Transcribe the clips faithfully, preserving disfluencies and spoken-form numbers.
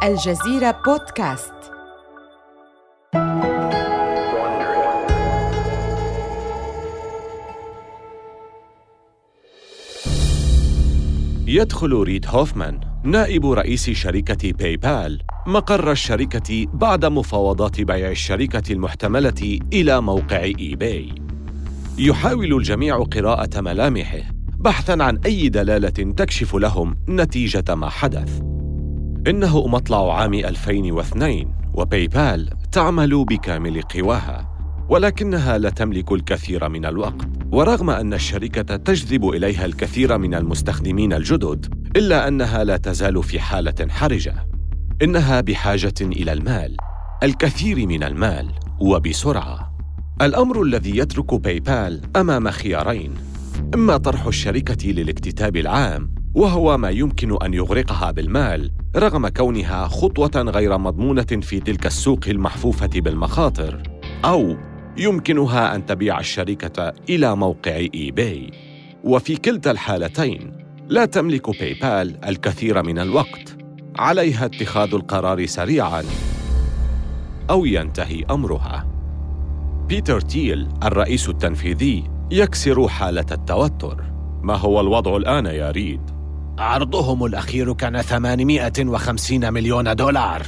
الجزيرة بودكاست. يدخل ريد هوفمان نائب رئيس شركة باي بال مقر الشركة بعد مفاوضات بيع الشركة المحتملة إلى موقع إي باي. يحاول الجميع قراءة ملامحه بحثاً عن أي دلالة تكشف لهم نتيجة ما حدث. إنه مطلع عام ألفين واثنين وباي بال تعمل بكامل قواها، ولكنها لا تملك الكثير من الوقت. ورغم أن الشركة تجذب إليها الكثير من المستخدمين الجدد، إلا أنها لا تزال في حالة حرجة. إنها بحاجة إلى المال، الكثير من المال وبسرعة. الأمر الذي يترك باي بال أمام خيارين: إما طرح الشركة للاكتتاب العام، وهو ما يمكن أن يغرقها بالمال رغم كونها خطوة غير مضمونة في تلك السوق المحفوفة بالمخاطر، أو يمكنها أن تبيع الشركة إلى موقع إي باي. وفي كلتا الحالتين لا تملك باي بال الكثير من الوقت. عليها اتخاذ القرار سريعاً أو ينتهي أمرها. بيتر تيل الرئيس التنفيذي يكسر حالة التوتر. ما هو الوضع الآن يا ريد؟ عرضهم الأخير كان ثمانمائة وخمسين مليون دولار.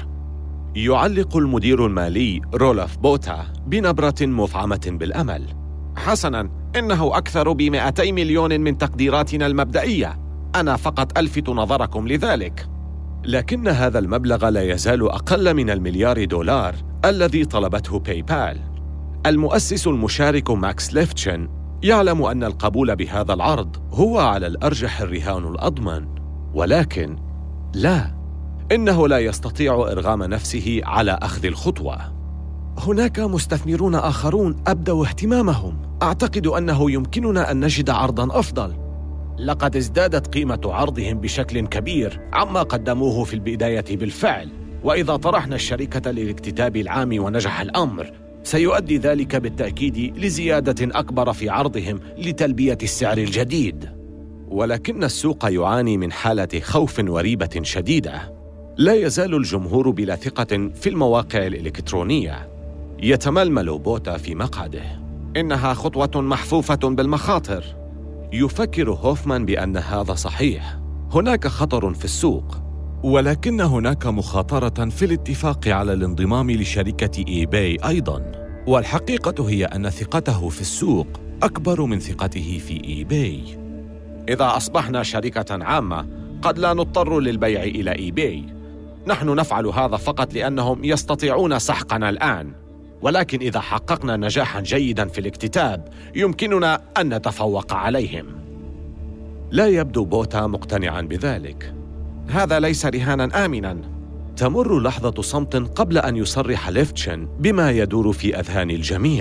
يعلق المدير المالي رولف بوتا بنبرة مفعمة بالأمل. حسناً، إنه أكثر بمئتي مليون من تقديراتنا المبدئية. أنا فقط ألفت نظركم لذلك. لكن هذا المبلغ لا يزال أقل من المليار دولار الذي طلبته باي بال. المؤسس المشارك ماكس ليفتشن يعلم أن القبول بهذا العرض هو على الأرجح الرهان الأضمن، ولكن لا، إنه لا يستطيع إرغام نفسه على أخذ الخطوة. هناك مستثمرون آخرون أبدوا اهتمامهم. أعتقد أنه يمكننا أن نجد عرضاً أفضل. لقد ازدادت قيمة عرضهم بشكل كبير عما قدموه في البداية بالفعل، وإذا طرحنا الشركة للاكتتاب العام ونجح الأمر، سيؤدي ذلك بالتأكيد لزيادة أكبر في عرضهم لتلبية السعر الجديد. ولكن السوق يعاني من حالة خوف وريبة شديدة. لا يزال الجمهور بلا ثقة في المواقع الإلكترونية. يتململ بوتا في مقعده. إنها خطوة محفوفة بالمخاطر. يفكر هوفمان بأن هذا صحيح. هناك خطر في السوق، ولكن هناك مخاطرة في الاتفاق على الانضمام لشركة إي باي أيضاً. والحقيقة هي أن ثقته في السوق أكبر من ثقته في إي باي. إذا أصبحنا شركة عامة، قد لا نضطر للبيع إلى إي باي. نحن نفعل هذا فقط لأنهم يستطيعون سحقنا الآن، ولكن إذا حققنا نجاحاً جيداً في الاكتتاب، يمكننا أن نتفوق عليهم. لا يبدو بوتا مقتنعاً بذلك. هذا ليس رهاناً آمناً. تمر لحظة صمت قبل أن يصرح ليفتشن بما يدور في أذهان الجميع.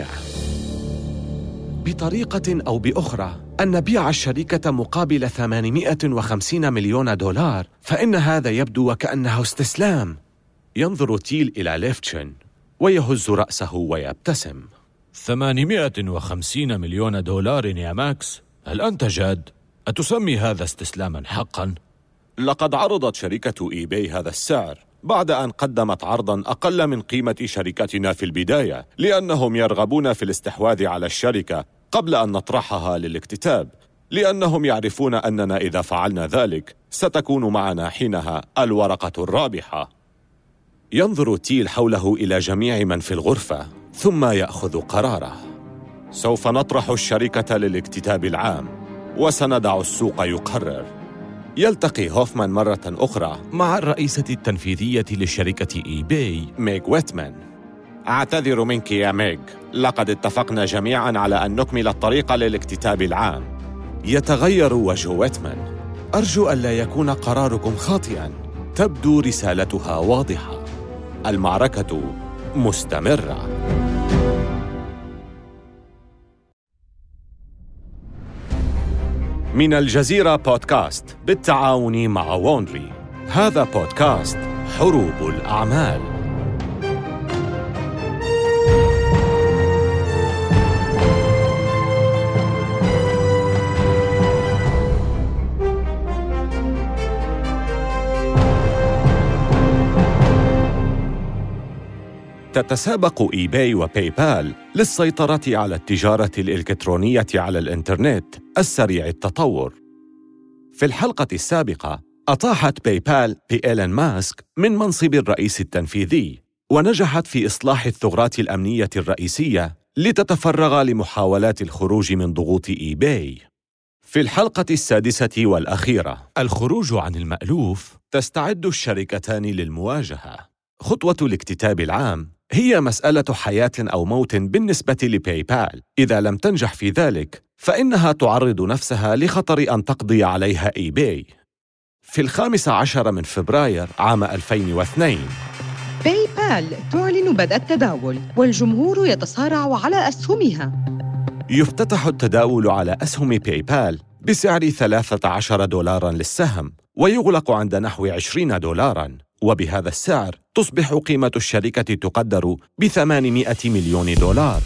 بطريقة أو بأخرى، أن نبيع الشركة مقابل ثمانمائة وخمسين مليون دولار، فإن هذا يبدو وكأنه استسلام. ينظر تيل إلى ليفتشن ويهز رأسه ويبتسم. ثمانمائة وخمسين مليون دولار يا ماكس؟ هل أنت جاد؟ أتسمي هذا استسلاما حقا؟ لقد عرضت شركة إي باي هذا السعر بعد أن قدمت عرضاً أقل من قيمة شركتنا في البداية، لأنهم يرغبون في الاستحواذ على الشركة قبل أن نطرحها للاكتتاب، لأنهم يعرفون أننا إذا فعلنا ذلك ستكون معنا حينها الورقة الرابحة. ينظر تيل حوله إلى جميع من في الغرفة ثم يأخذ قراره. سوف نطرح الشركة للاكتتاب العام وسندع السوق يقرر. يلتقي هوفمان مرة أخرى مع الرئيسة التنفيذية لشركة إي باي ميغ ويتمان. أعتذر منك يا ميغ، لقد اتفقنا جميعاً على أن نكمل الطريق للاكتتاب العام. يتغير وجه ويتمان. أرجو ألا يكون قراركم خاطئاً. تبدو رسالتها واضحة. المعركة مستمرة. من الجزيرة بودكاست بالتعاون مع وونري. هذا بودكاست حروب الأعمال. تتسابق إي باي وباي بال للسيطرة على التجارة الإلكترونية على الإنترنت السريع التطور. في الحلقة السابقة أطاحت باي بال بإيلون ماسك من منصب الرئيس التنفيذي، ونجحت في إصلاح الثغرات الأمنية الرئيسية لتتفرغ لمحاولات الخروج من ضغوط إي باي. في الحلقة السادسة والأخيرة، الخروج عن المألوف، تستعد الشركتان للمواجهة. خطوة الاكتتاب العام هي مسألة حياة أو موت بالنسبة لباي بال. إذا لم تنجح في ذلك، فإنها تعرض نفسها لخطر أن تقضي عليها إي باي. في الخامس عشر من فبراير عام ألفين واثنين، باي بال تعلن بدء التداول والجمهور يتصارع على أسهمها. يفتتح التداول على أسهم باي بال بسعر ثلاثة عشر دولاراً للسهم، ويغلق عند نحو عشرين دولاراً، وبهذا السعر تصبح قيمة الشركة تقدر بثمانمائة مليون دولار.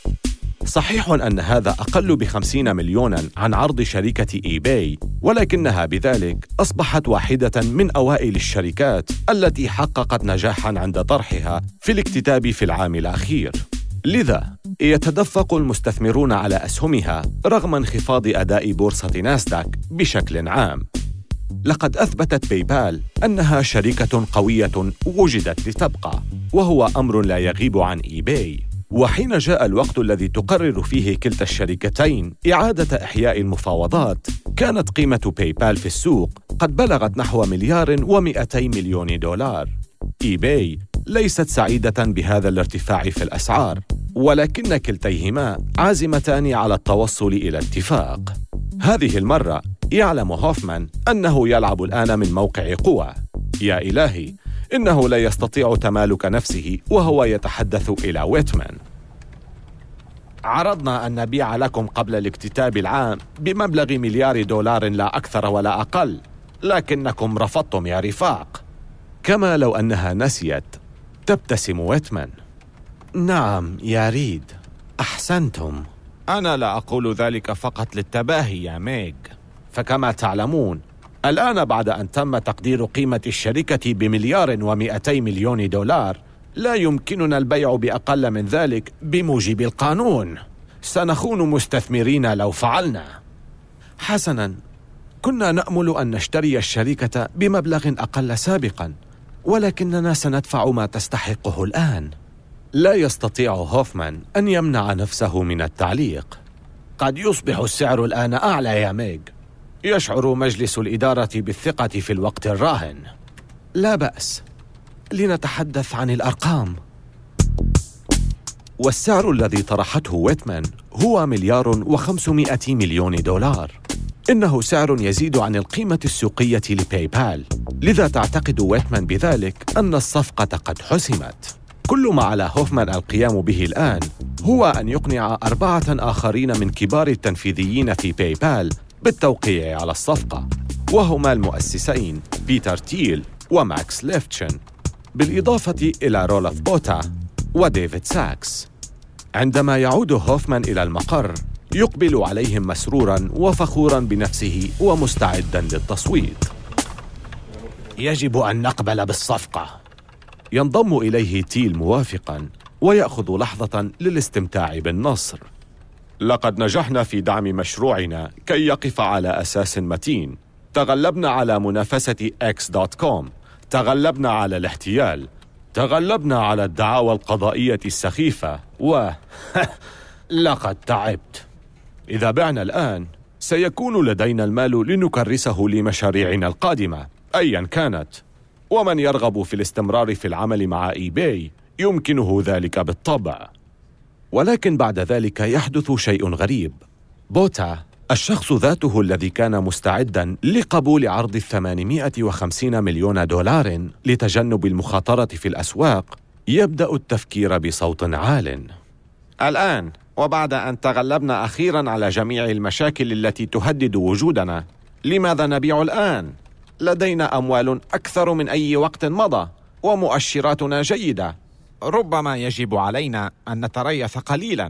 صحيح أن هذا أقل بخمسين مليوناً عن عرض شركة إي باي، ولكنها بذلك أصبحت واحدة من أوائل الشركات التي حققت نجاحاً عند طرحها في الاكتتاب في العام الأخير. لذا يتدفق المستثمرون على أسهمها رغم انخفاض أداء بورصة ناسداك بشكل عام. لقد أثبتت باي بال أنها شركة قوية وجدت لتبقى، وهو أمر لا يغيب عن إي باي. وحين جاء الوقت الذي تقرر فيه كلتا الشركتين إعادة إحياء المفاوضات، كانت قيمة باي بال في السوق قد بلغت نحو مليار ومئتي مليون دولار. إي باي ليست سعيدة بهذا الارتفاع في الأسعار، ولكن كلتيهما عازمتان على التوصل إلى اتفاق. هذه المرة يعلم هوفمان أنه يلعب الآن من موقع قوة. يا إلهي، إنه لا يستطيع تمالك نفسه وهو يتحدث إلى ويتمان. عرضنا أن نبيع لكم قبل الاكتتاب العام بمبلغ مليار دولار لا أكثر ولا أقل، لكنكم رفضتم يا رفاق. كما لو أنها نسيت، تبتسم ويتمان. نعم يا ريد، أحسنتم. أنا لا أقول ذلك فقط للتباهي يا ميغ، فكما تعلمون الآن بعد أن تم تقدير قيمة الشركة بمليار ومئتي مليون دولار، لا يمكننا البيع بأقل من ذلك بموجب القانون. سنخون مستثمرين لو فعلنا. حسناً، كنا نأمل أن نشتري الشركة بمبلغ أقل سابقاً، ولكننا سندفع ما تستحقه الآن. لا يستطيع هوفمان أن يمنع نفسه من التعليق. قد يصبح السعر الآن أعلى يا ميغ. يشعر مجلس الإدارة بالثقة في الوقت الراهن. لا بأس، لنتحدث عن الأرقام. والسعر الذي طرحته ويتمان هو مليار وخمسمائة مليون دولار. إنه سعر يزيد عن القيمة السوقية لباي بال، لذا تعتقد ويتمان بذلك أن الصفقة قد حسمت. كل ما على هوفمان القيام به الآن هو أن يقنع أربعة آخرين من كبار التنفيذيين في باي بال بالتوقيع على الصفقة، وهما المؤسسين بيتر تيل وماكس ليفتشن، بالإضافة إلى رولف بوتا وديفيد ساكس. عندما يعود هوفمان إلى المقر، يقبل عليهم مسروراً وفخوراً بنفسه ومستعداً للتصويت. يجب أن نقبل بالصفقة. ينضم إليه تيل موافقاً، ويأخذ لحظة للاستمتاع بالنصر. لقد نجحنا في دعم مشروعنا كي يقف على أساس متين. تغلبنا على منافسة إكس دوت كوم، تغلبنا على الاحتيال، تغلبنا على الدعاوى القضائية السخيفة، و لقد تعبت. إذا بعنا الآن، سيكون لدينا المال لنكرسه لمشاريعنا القادمة أياً كانت. ومن يرغب في الاستمرار في العمل مع إي باي يمكنه ذلك بالطبع. ولكن بعد ذلك يحدث شيء غريب. بوتا، الشخص ذاته الذي كان مستعداً لقبول عرض الثمانمائة وخمسين مليون دولار لتجنب المخاطرة في الأسواق، يبدأ التفكير بصوت عال. الآن، وبعد أن تغلبنا أخيراً على جميع المشاكل التي تهدد وجودنا، لماذا نبيع الآن؟ لدينا أموال أكثر من أي وقت مضى، ومؤشراتنا جيدة. ربما يجب علينا أن نتريث قليلاً.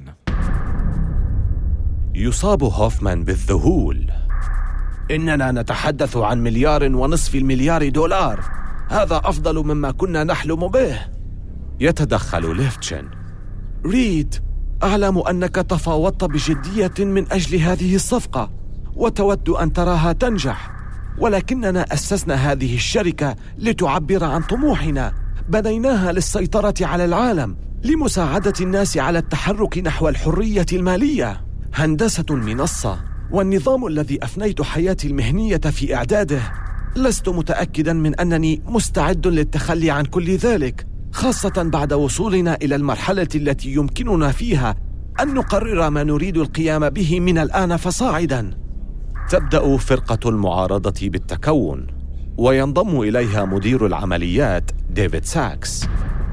يصاب هوفمان بالذهول. إننا نتحدث عن مليار ونصف المليار دولار. هذا أفضل مما كنا نحلم به. يتدخل ليفتشن. ريد، أعلم أنك تفاوضت بجدية من أجل هذه الصفقة وتود أن تراها تنجح، ولكننا أسسنا هذه الشركة لتعبر عن طموحنا. بنيناها للسيطرة على العالم، لمساعدة الناس على التحرك نحو الحرية المالية. هندسة المنصة والنظام الذي أفنيت حياتي المهنية في إعداده، لست متأكداً من أنني مستعد للتخلي عن كل ذلك، خاصة بعد وصولنا إلى المرحلة التي يمكننا فيها أن نقرر ما نريد القيام به من الآن فصاعداً. تبدأ فرقة المعارضة بالتكون، وينضم إليها مدير العمليات ديفيد ساكس.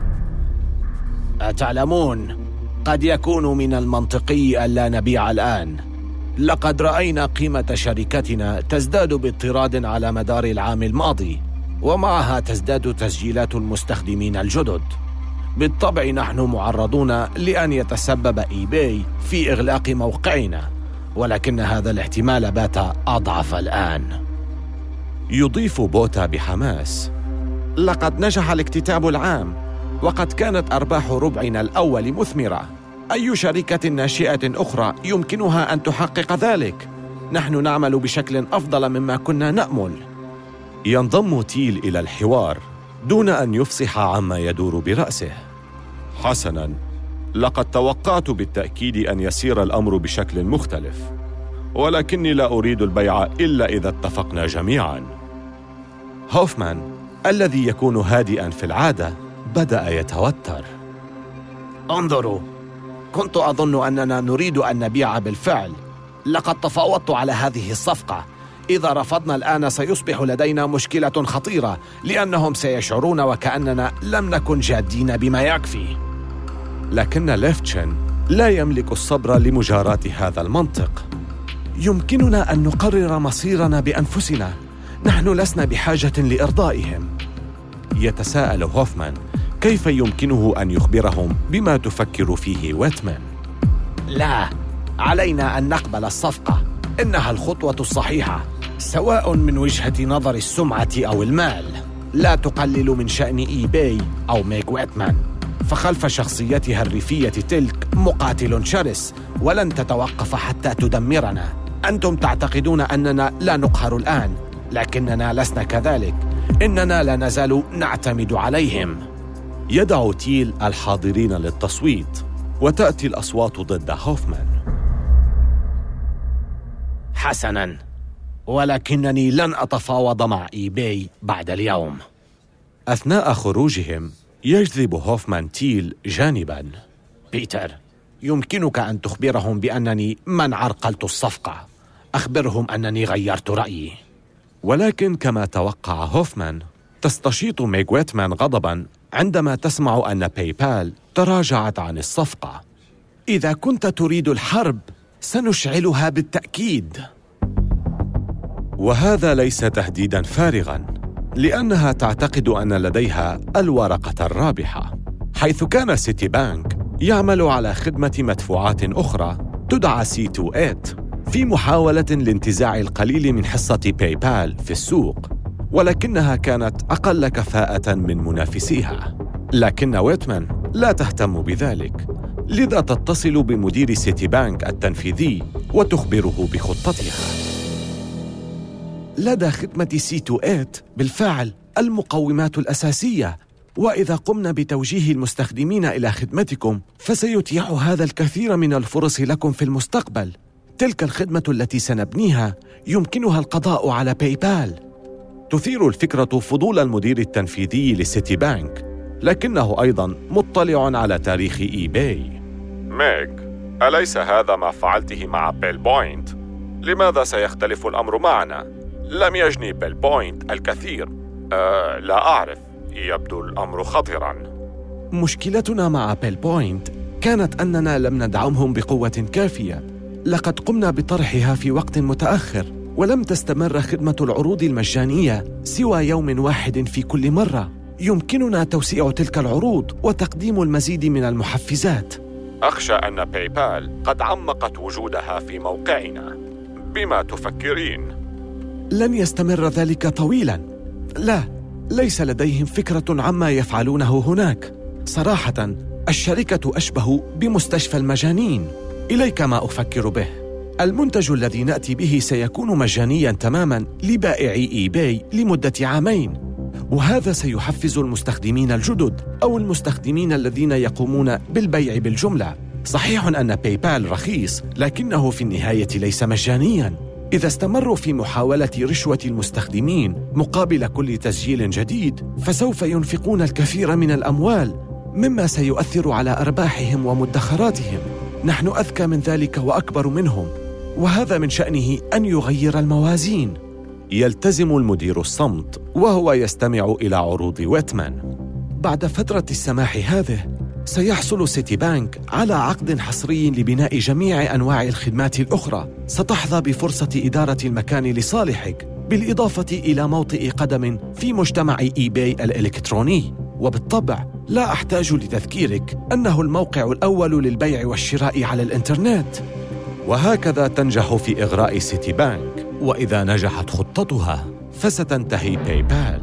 أتعلمون، قد يكون من المنطقي ألا نبيع الآن. لقد رأينا قيمة شركتنا تزداد باضطراد على مدار العام الماضي، ومعها تزداد تسجيلات المستخدمين الجدد. بالطبع نحن معرضون لأن يتسبب إي باي في إغلاق موقعنا، ولكن هذا الاحتمال بات أضعف الآن. يضيف بوتا بحماس: لقد نجح الاكتتاب العام، وقد كانت أرباح ربعنا الأول مثمرة. أي شركة ناشئة أخرى يمكنها أن تحقق ذلك؟ نحن نعمل بشكل أفضل مما كنا نأمل. ينضم تيل إلى الحوار دون أن يفصح عما يدور برأسه. حسناً، لقد توقعت بالتأكيد أن يسير الأمر بشكل مختلف، ولكني لا أريد البيع إلا إذا اتفقنا جميعاً. هوفمان الذي يكون هادئاً في العادة بدأ يتوتر. انظروا، كنت أظن أننا نريد أن نبيع بالفعل. لقد تفاوضت على هذه الصفقة. إذا رفضنا الآن سيصبح لدينا مشكلة خطيرة، لأنهم سيشعرون وكأننا لم نكن جادين بما يكفي. لكن ليفتشن لا يملك الصبر لمجاراة هذا المنطق. يمكننا أن نقرر مصيرنا بأنفسنا. نحن لسنا بحاجة لإرضائهم. يتساءل هوفمان كيف يمكنه أن يخبرهم بما تفكر فيه ويتمان. لا، علينا أن نقبل الصفقة. إنها الخطوة الصحيحة، سواء من وجهة نظر السمعة أو المال. لا تقلل من شأن إي باي أو ميغ ويتمان، فخلف شخصيتها الريفية تلك مقاتل شرس، ولن تتوقف حتى تدمرنا. أنتم تعتقدون أننا لا نقهر الآن، لكننا لسنا كذلك. إننا لا نزال نعتمد عليهم. يدعو تيل الحاضرين للتصويت، وتأتي الأصوات ضد هوفمان. حسناً، ولكنني لن أتفاوض مع إي باي بعد اليوم. أثناء خروجهم يجذب هوفمان تيل جانباً. بيتر، يمكنك أن تخبرهم بأنني من عرقلت الصفقة. أخبرهم أنني غيرت رأيي. ولكن كما توقع هوفمان، تستشيط ميغ ويتمان غضباً عندما تسمع أن باي بال تراجعت عن الصفقة. إذا كنت تريد الحرب سنشعلها بالتأكيد. وهذا ليس تهديداً فارغاً، لأنها تعتقد أن لديها الورقة الرابحة، حيث كان سيتي بانك يعمل على خدمة مدفوعات أخرى تدعى سي ثمانية في محاولة لانتزاع القليل من حصة باي بال في السوق، ولكنها كانت أقل كفاءة من منافسيها. لكن ويتمان لا تهتم بذلك، لذا تتصل بمدير سيتي بانك التنفيذي وتخبره بخطتها. لدى خدمة سي ثمانية بالفعل المقومات الأساسية، وإذا قمنا بتوجيه المستخدمين إلى خدمتكم فسيتيح هذا الكثير من الفرص لكم في المستقبل. تلك الخدمة التي سنبنيها يمكنها القضاء على باي بال. تثير الفكرة فضول المدير التنفيذي لسيتي بانك، لكنه أيضاً مطلع على تاريخ إي باي. ميغ، أليس هذا ما فعلته مع بيل بوينت؟ لماذا سيختلف الأمر معنا؟ لم يجني بيل بوينت الكثير. أه لا أعرف، يبدو الأمر خطراً. مشكلتنا مع بيل بوينت كانت أننا لم ندعمهم بقوة كافية. لقد قمنا بطرحها في وقت متأخر، ولم تستمر خدمة العروض المجانية سوى يوم واحد في كل مرة. يمكننا توسيع تلك العروض وتقديم المزيد من المحفزات. أخشى أن باي بال قد عمقت وجودها في موقعنا. بما تفكرين؟ لن يستمر ذلك طويلاً. لا، ليس لديهم فكرة عما يفعلونه هناك. صراحة الشركة أشبه بمستشفى المجانين. إليك ما أفكر به. المنتج الذي نأتي به سيكون مجانياً تماماً لبائعي إي باي لمدة عامين، وهذا سيحفز المستخدمين الجدد أو المستخدمين الذين يقومون بالبيع بالجملة. صحيح أن باي بال رخيص، لكنه في النهاية ليس مجانياً. إذا استمروا في محاولة رشوة المستخدمين مقابل كل تسجيل جديد، فسوف ينفقون الكثير من الأموال، مما سيؤثر على أرباحهم ومدخراتهم. نحن أذكى من ذلك وأكبر منهم، وهذا من شأنه أن يغير الموازين. يلتزم المدير الصمت وهو يستمع إلى عروض ويتمان. بعد فترة السماح هذه، سيحصل سيتي بانك على عقد حصري لبناء جميع أنواع الخدمات الأخرى. ستحظى بفرصة إدارة المكان لصالحك، بالإضافة إلى موطئ قدم في مجتمع إي باي الإلكتروني. وبالطبع لا أحتاج لتذكيرك أنه الموقع الأول للبيع والشراء على الإنترنت. وهكذا تنجح في إغراء سيتي بانك، وإذا نجحت خطتها فستنتهي باي بال.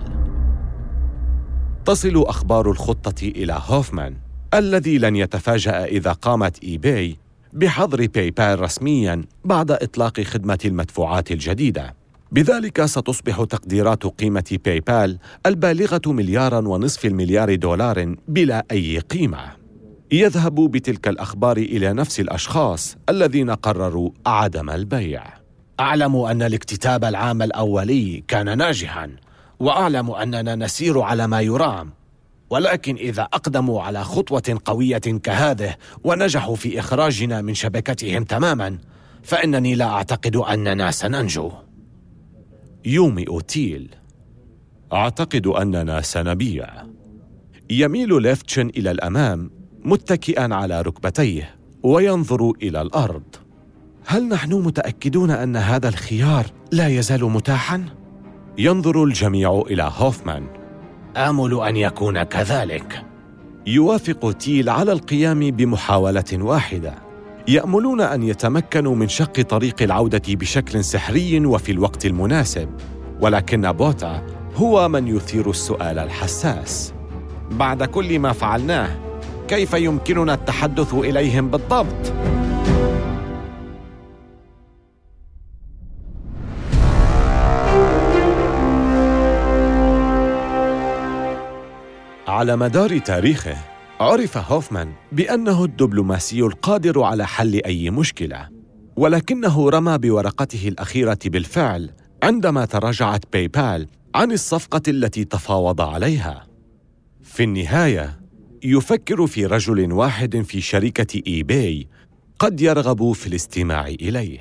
تصل أخبار الخطة إلى هوفمان، الذي لن يتفاجأ إذا قامت إي باي بحظر باي بال رسمياً بعد إطلاق خدمة المدفوعات الجديدة. بذلك ستصبح تقديرات قيمة باي بال البالغة ملياراً ونصف المليار دولار بلا أي قيمة. يذهب بتلك الأخبار إلى نفس الأشخاص الذين قرروا عدم البيع. أعلم أن الاكتتاب العام الأولي كان ناجحاً، وأعلم أننا نسير على ما يرام، ولكن إذا أقدموا على خطوة قوية كهذه ونجحوا في إخراجنا من شبكتهم تماماً، فإنني لا أعتقد أننا سننجو. يومي تيل: أعتقد أننا سنبيع. يميل ليفتشن إلى الأمام متكئاً على ركبتيه وينظر إلى الأرض. هل نحن متأكدون أن هذا الخيار لا يزال متاحاً؟ ينظر الجميع إلى هوفمان. آمل أن يكون كذلك. يوافق تيل على القيام بمحاولة واحدة. يأملون أن يتمكنوا من شق طريق العودة بشكل سحري وفي الوقت المناسب، ولكن بوتا هو من يثير السؤال الحساس. بعد كل ما فعلناه، كيف يمكننا التحدث إليهم بالضبط؟ على مدار تاريخه، عرف هوفمان بأنه الدبلوماسي القادر على حل أي مشكلة، ولكنه رمى بورقته الأخيرة بالفعل عندما تراجعت باي بال عن الصفقة التي تفاوض عليها. في النهاية، يفكر في رجل واحد في شركة إي باي قد يرغب في الاستماع إليه.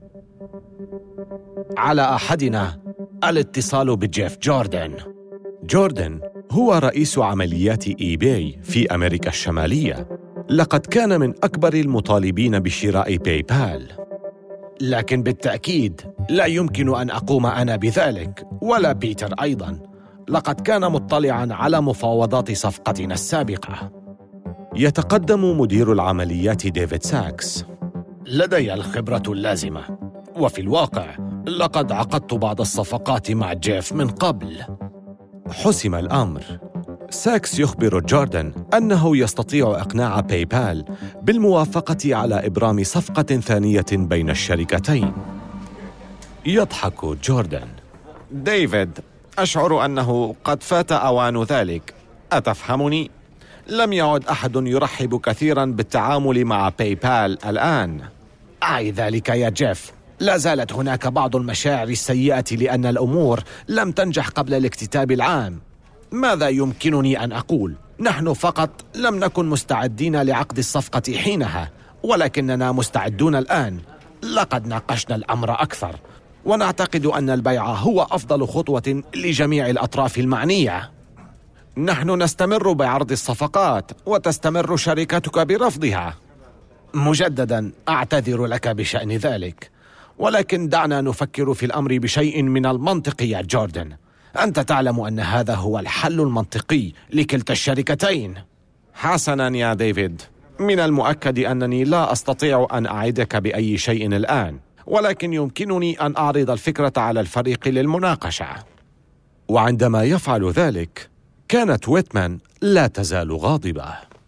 على أحدنا الاتصال بجيف جوردن. جوردن هو رئيس عمليات إي باي في أمريكا الشمالية. لقد كان من أكبر المطالبين بشراء باي بال، لكن بالتأكيد لا يمكن أن أقوم أنا بذلك، ولا بيتر أيضاً. لقد كان مطلعاً على مفاوضات صفقتنا السابقة. يتقدم مدير العمليات ديفيد ساكس. لدي الخبرة اللازمة، وفي الواقع لقد عقدت بعض الصفقات مع جيف من قبل. حسم الأمر. ساكس يخبر جوردن أنه يستطيع إقناع باي بال بالموافقة على إبرام صفقة ثانية بين الشركتين. يضحك جوردن. ديفيد، أشعر أنه قد فات أوان ذلك. أتفهمني؟ لم يعد أحد يرحب كثيراً بالتعامل مع باي بال الآن. أعي ذلك يا جيف. لا زالت هناك بعض المشاعر السيئة لأن الأمور لم تنجح قبل الاكتتاب العام. ماذا يمكنني أن أقول؟ نحن فقط لم نكن مستعدين لعقد الصفقة حينها، ولكننا مستعدون الآن. لقد ناقشنا الأمر أكثر، ونعتقد أن البيع هو أفضل خطوة لجميع الأطراف المعنية. نحن نستمر بعرض الصفقات، وتستمر شركتك برفضها. مجدداً أعتذر لك بشأن ذلك، ولكن دعنا نفكر في الأمر بشيء من المنطق يا جوردن. أنت تعلم أن هذا هو الحل المنطقي لكلتا الشركتين. حسناً يا ديفيد، من المؤكد أنني لا أستطيع أن أعدك بأي شيء الآن، ولكن يمكنني أن أعرض الفكرة على الفريق للمناقشة. وعندما يفعل ذلك، كانت ويتمان لا تزال غاضبة.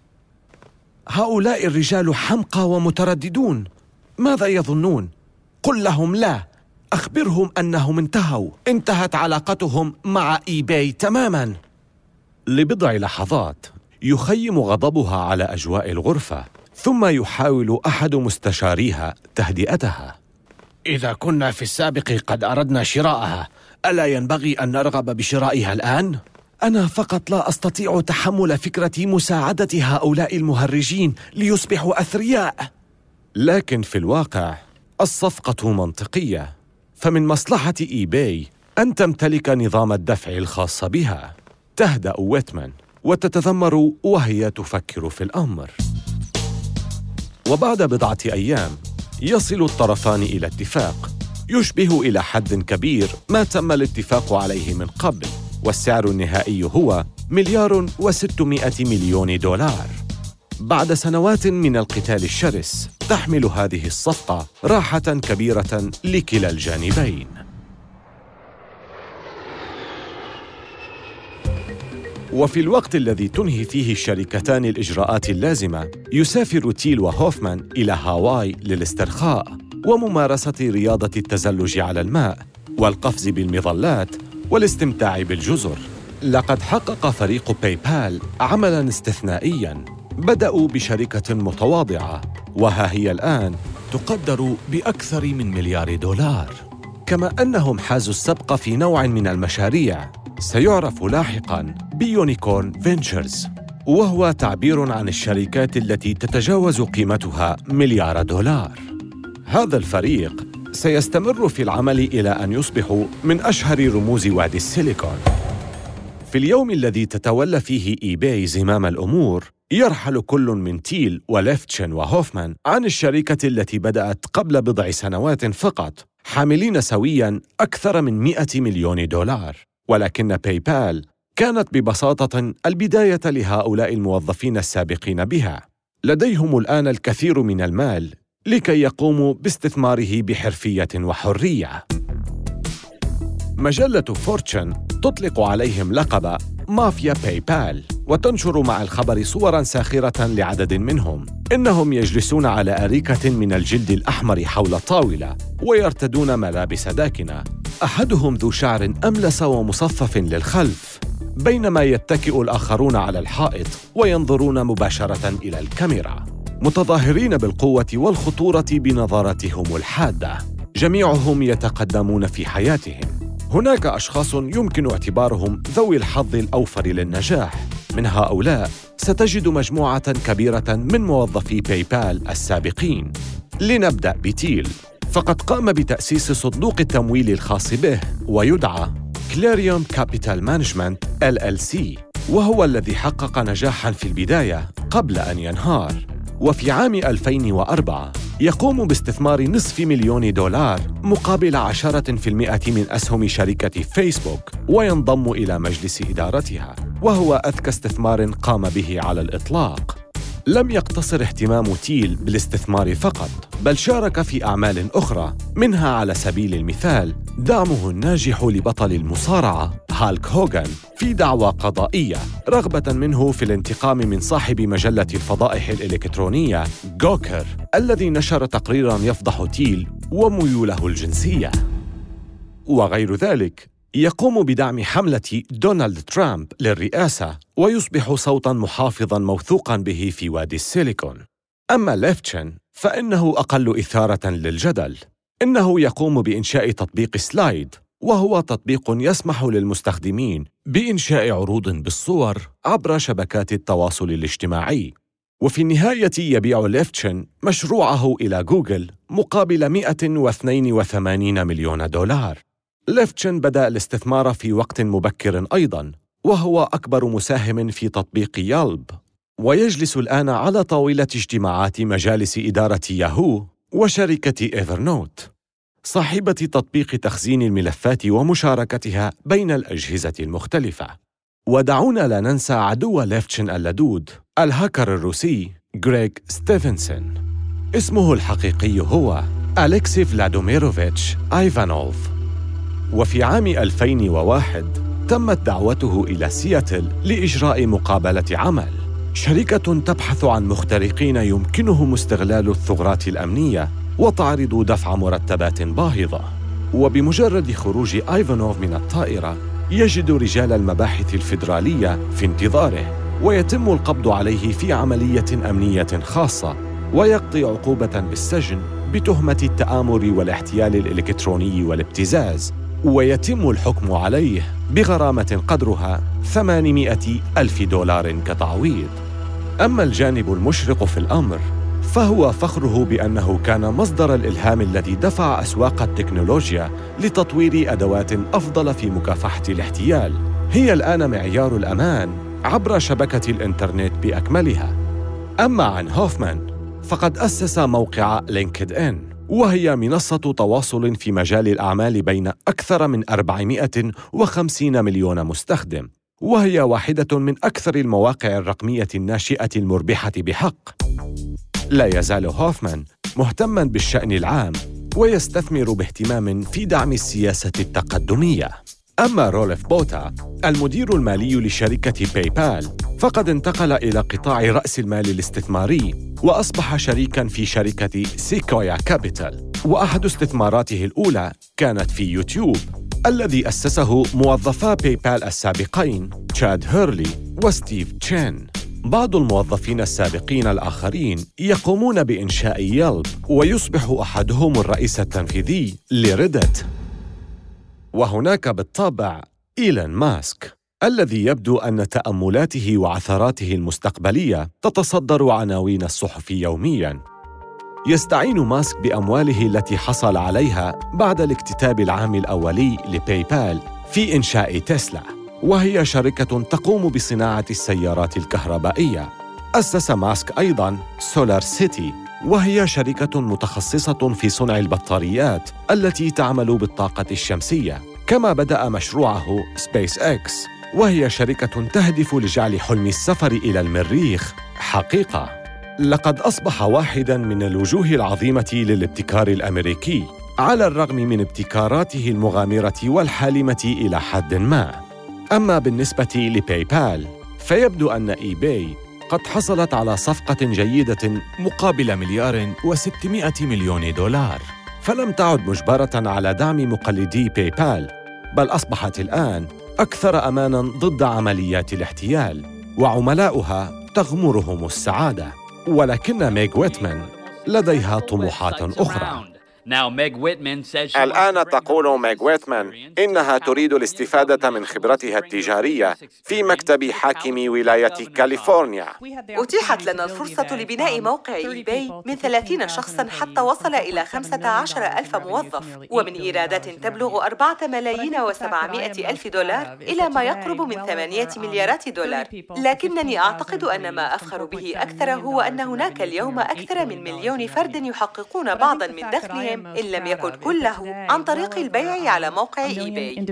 هؤلاء الرجال حمقى ومترددون. ماذا يظنون؟ قل لهم لا. أخبرهم أنهم انتهوا. انتهت علاقتهم مع إي باي تماماً. لبضع لحظات يخيم غضبها على أجواء الغرفة، ثم يحاول أحد مستشاريها تهدئتها. إذا كنا في السابق قد أردنا شراءها، ألا ينبغي أن نرغب بشرائها الآن؟ أنا فقط لا أستطيع تحمل فكرة مساعدة هؤلاء المهرجين ليصبحوا أثرياء. لكن في الواقع الصفقة منطقية، فمن مصلحة إي باي أن تمتلك نظام الدفع الخاص بها. تهدأ ويتمان وتتذمر وهي تفكر في الأمر. وبعد بضعة أيام يصل الطرفان إلى اتفاق يشبه إلى حد كبير ما تم الاتفاق عليه من قبل، والسعر النهائي هو مليار وستمائة مليون دولار. بعد سنوات من القتال الشرس تحمل هذه الصفقة راحة كبيرة لكلا الجانبين. وفي الوقت الذي تنهي فيه الشركتان الإجراءات اللازمة، يسافر تيل وهوفمان إلى هاواي للاسترخاء وممارسة رياضة التزلج على الماء والقفز بالمظلات والاستمتاع بالجزر. لقد حقق فريق باي بال عملاً استثنائياً. بدأوا بشركة متواضعة، وها هي الآن تقدر بأكثر من مليار دولار. كما أنهم حازوا السبق في نوع من المشاريع سيعرف لاحقاً بيونيكورن فينتشرز، وهو تعبير عن الشركات التي تتجاوز قيمتها مليار دولار. هذا الفريق سيستمر في العمل إلى أن يصبحوا من أشهر رموز وادي السيليكون. في اليوم الذي تتولى فيه إي باي زمام الأمور، يرحل كل من تيل وليفتشن وهوفمان عن الشركة التي بدأت قبل بضع سنوات فقط، حاملين سوياً أكثر من مئة مليون دولار. ولكن باي بال كانت ببساطة البداية لهؤلاء الموظفين السابقين بها. لديهم الآن الكثير من المال لكي يقوموا باستثماره بحرفية وحرية. مجلة فورتشن تطلق عليهم لقب مافيا باي بال، وتنشر مع الخبر صوراً ساخرة لعدد منهم. إنهم يجلسون على أريكة من الجلد الأحمر حول طاولة ويرتدون ملابس داكنة. أحدهم ذو شعر أملس ومصفف للخلف، بينما يتكئ الآخرون على الحائط وينظرون مباشرة إلى الكاميرا، متظاهرين بالقوة والخطورة بنظراتهم الحادة. جميعهم يتقدمون في حياتهم. هناك أشخاص يمكن اعتبارهم ذوي الحظ الأوفر للنجاح. من هؤلاء ستجد مجموعة كبيرة من موظفي باي بال السابقين. لنبدأ بتيل، فقد قام بتأسيس صندوق التمويل الخاص به ويدعى كلاريون كابيتال مانجمنت إل إل سي، وهو الذي حقق نجاحاً في البداية قبل أن ينهار. وفي عام ألفين وأربعة يقوم باستثمار نصف مليون دولار مقابل عشرة في المئة من أسهم شركة فيسبوك، وينضم إلى مجلس إدارتها، وهو أذكى استثمار قام به على الإطلاق. لم يقتصر اهتمام تيل بالاستثمار فقط، بل شارك في أعمال أخرى، منها على سبيل المثال دعمه الناجح لبطل المصارعة هالك هوغان في دعوى قضائية رغبة منه في الانتقام من صاحب مجلة الفضائح الإلكترونية جوكر، الذي نشر تقريراً يفضح تيل وميوله الجنسية. وغير ذلك، يقوم بدعم حملة دونالد ترامب للرئاسة ويصبح صوتاً محافظاً موثوقاً به في وادي السيليكون. أما ليفتشن فإنه أقل إثارة للجدل. إنه يقوم بإنشاء تطبيق سلايد، وهو تطبيق يسمح للمستخدمين بإنشاء عروض بالصور عبر شبكات التواصل الاجتماعي. وفي النهاية يبيع ليفتشن مشروعه إلى جوجل مقابل مئة واثنين وثمانين مليون دولار. ليفتشن بدأ الاستثمار في وقت مبكر أيضاً، وهو أكبر مساهم في تطبيق يالب، ويجلس الآن على طاولة اجتماعات مجالس إدارة ياهو وشركة إيفرنوت، صاحبة تطبيق تخزين الملفات ومشاركتها بين الأجهزة المختلفة. ودعونا لا ننسى عدو ليفتشن اللدود، الهاكر الروسي غريغ ستيفنسون. اسمه الحقيقي هو أليكسي فلاديميروفيتش آيفانوف. وفي عام ألفين وواحد تمت دعوته إلى سياتل لإجراء مقابلة عمل. شركة تبحث عن مخترقين يمكنهم استغلال الثغرات الأمنية وتعرض دفع مرتبات باهظة. وبمجرد خروج إيفانوف من الطائرة يجد رجال المباحث الفيدرالية في انتظاره، ويتم القبض عليه في عملية أمنية خاصة، ويقضي عقوبة بالسجن بتهمة التآمر والاحتيال الإلكتروني والابتزاز، ويتم الحكم عليه بغرامة قدرها ثمانمائة ألف دولار كتعويض. أما الجانب المشرق في الأمر فهو فخره بأنه كان مصدر الإلهام الذي دفع أسواق التكنولوجيا لتطوير أدوات أفضل في مكافحة الاحتيال. هي الآن معيار الأمان عبر شبكة الإنترنت بأكملها. أما عن هوفمان فقد أسس موقع لينكد إن، وهي منصة تواصل في مجال الأعمال بين أكثر من أربعمائة وخمسين مليون مستخدم، وهي واحدة من أكثر المواقع الرقمية الناشئة المربحة بحق. لا يزال هوفمان مهتماً بالشأن العام ويستثمر باهتمام في دعم السياسة التقدمية. أما رولف بوتا المدير المالي لشركة باي بال فقد انتقل إلى قطاع رأس المال الاستثماري وأصبح شريكاً في شركة سيكويا كابيتال، وأحد استثماراته الأولى كانت في يوتيوب الذي أسسه موظفا باي بال السابقين تشاد هيرلي وستيف تشين. بعض الموظفين السابقين الآخرين يقومون بإنشاء يلب، ويصبح أحدهم الرئيس التنفيذي لريدت. وهناك بالطبع إيلون ماسك الذي يبدو أن تأملاته وعثراته المستقبلية تتصدر عناوين الصحف يومياً. يستعين ماسك بأمواله التي حصل عليها بعد الاكتتاب العام الأولي لباي بال في إنشاء تسلا، وهي شركة تقوم بصناعة السيارات الكهربائية. أسس ماسك أيضاً سولار سيتي، وهي شركة متخصصة في صنع البطاريات التي تعمل بالطاقة الشمسية. كما بدأ مشروعه سبيس إكس، وهي شركة تهدف لجعل حلم السفر إلى المريخ حقيقة. لقد أصبح واحداً من الوجوه العظيمة للابتكار الأمريكي، على الرغم من ابتكاراته المغامرة والحالمة إلى حد ما. أما بالنسبة لباي بال فيبدو أن إي باي قد حصلت على صفقة جيدة مقابل مليار وستمائة مليون دولار، فلم تعد مجبرة على دعم مقلدي باي بال، بل أصبحت الآن أكثر أماناً ضد عمليات الاحتيال، وعملاؤها تغمرهم السعادة. ولكن ميغ ويتمان لديها طموحات أخرى. الآن تقول ميغ ويتمان إنها تريد الاستفادة من خبرتها التجارية في مكتب حاكم ولاية كاليفورنيا. أتيحت لنا الفرصة لبناء موقع إي باي من ثلاثين شخصاً حتى وصل إلى خمسة عشر ألف موظف، ومن إيرادات تبلغ أربعة ملايين وسبعمائة ألف دولار إلى ما يقرب من ثمانية مليارات دولار. لكنني أعتقد أن ما أفخر به أكثر هو أن هناك اليوم أكثر من مليون فرد يحققون بعضاً من دخلهم إن لم يكن كله عن طريق البيع على موقع إي باي.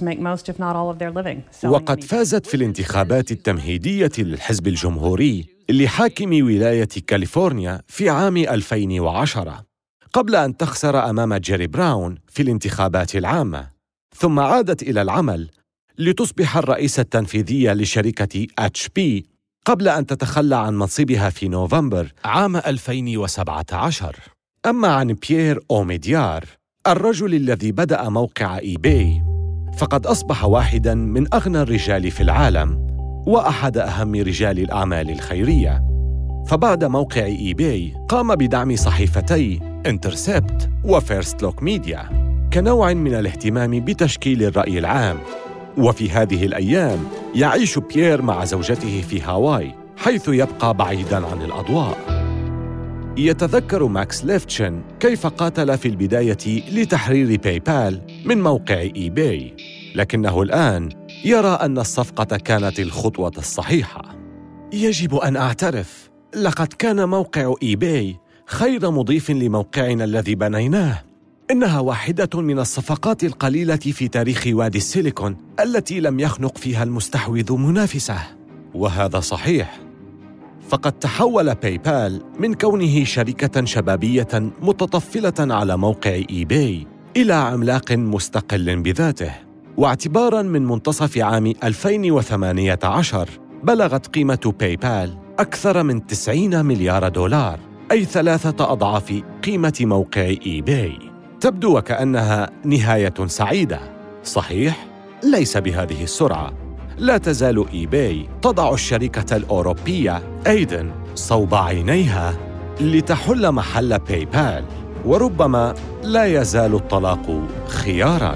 وقد فازت في الانتخابات التمهيدية للحزب الجمهوري لحاكم ولاية كاليفورنيا في عام ألفين وعشرة، قبل أن تخسر أمام جيري براون في الانتخابات العامة، ثم عادت إلى العمل لتصبح الرئيسة التنفيذية لشركة إتش بي قبل أن تتخلى عن منصبها في نوفمبر عام ألفين وسبعة عشر. أما عن بيير أوميديار الرجل الذي بدأ موقع إي باي فقد أصبح واحداً من أغنى الرجال في العالم وأحد أهم رجال الأعمال الخيرية. فبعد موقع إي باي قام بدعم صحيفتي انترسبت وفيرست لوك ميديا كنوع من الاهتمام بتشكيل الرأي العام. وفي هذه الأيام يعيش بيير مع زوجته في هاواي، حيث يبقى بعيداً عن الأضواء. يتذكر ماكس ليفتشن كيف قاتل في البداية لتحرير باي بال من موقع إي باي، لكنه الآن يرى أن الصفقة كانت الخطوة الصحيحة. يجب أن أعترف، لقد كان موقع إي باي خير مضيف لموقعنا الذي بنيناه. إنها واحدة من الصفقات القليلة في تاريخ وادي السيليكون التي لم يخنق فيها المستحوذ منافسه. وهذا صحيح، فقد تحول باي بال من كونه شركة شبابية متطفلة على موقع إي باي إلى عملاق مستقل بذاته. واعتباراً من منتصف عام ألفين وثمانية عشر بلغت قيمة باي بال أكثر من تسعين مليار دولار، أي ثلاثة أضعاف قيمة موقع إي باي. تبدو وكأنها نهاية سعيدة، صحيح؟ ليس بهذه السرعة. لا تزال إي باي تضع الشركة الأوروبية أيدن صوب عينيها لتحل محل باي بال، وربما لا يزال الطلاق خياراً.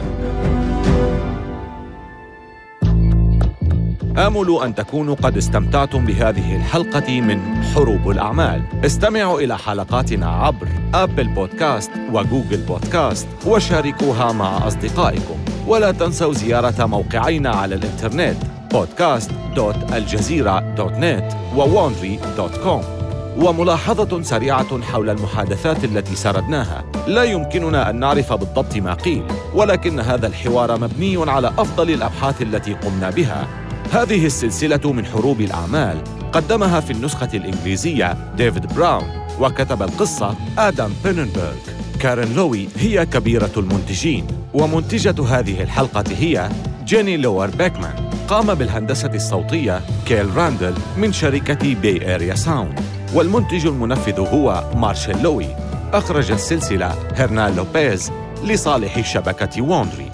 آمل أن تكونوا قد استمتعتم بهذه الحلقة من حروب الأعمال. استمعوا إلى حلقاتنا عبر آبل بودكاست وجوجل بودكاست وشاركوها مع أصدقائكم. ولا تنسوا زيارة موقعينا على الإنترنت بودكاست دوت الجزيرة دوت نت ووونري دوت كوم. وملاحظة سريعة حول المحادثات التي سردناها: لا يمكننا أن نعرف بالضبط ما قيل، ولكن هذا الحوار مبني على أفضل الأبحاث التي قمنا بها. هذه السلسلة من حروب الأعمال قدمها في النسخة الإنجليزية ديفيد براون، وكتب القصة آدم بيننبرغ. كارين لوي هي كبيرة المنتجين، ومنتجة هذه الحلقة هي جيني لوور بيكمان. قام بالهندسة الصوتية كيل راندل من شركة باي إيريا ساوند، والمنتج المنفذ هو مارشيل لوي. أخرج السلسلة هرنان لوبيز لصالح شبكة وونري.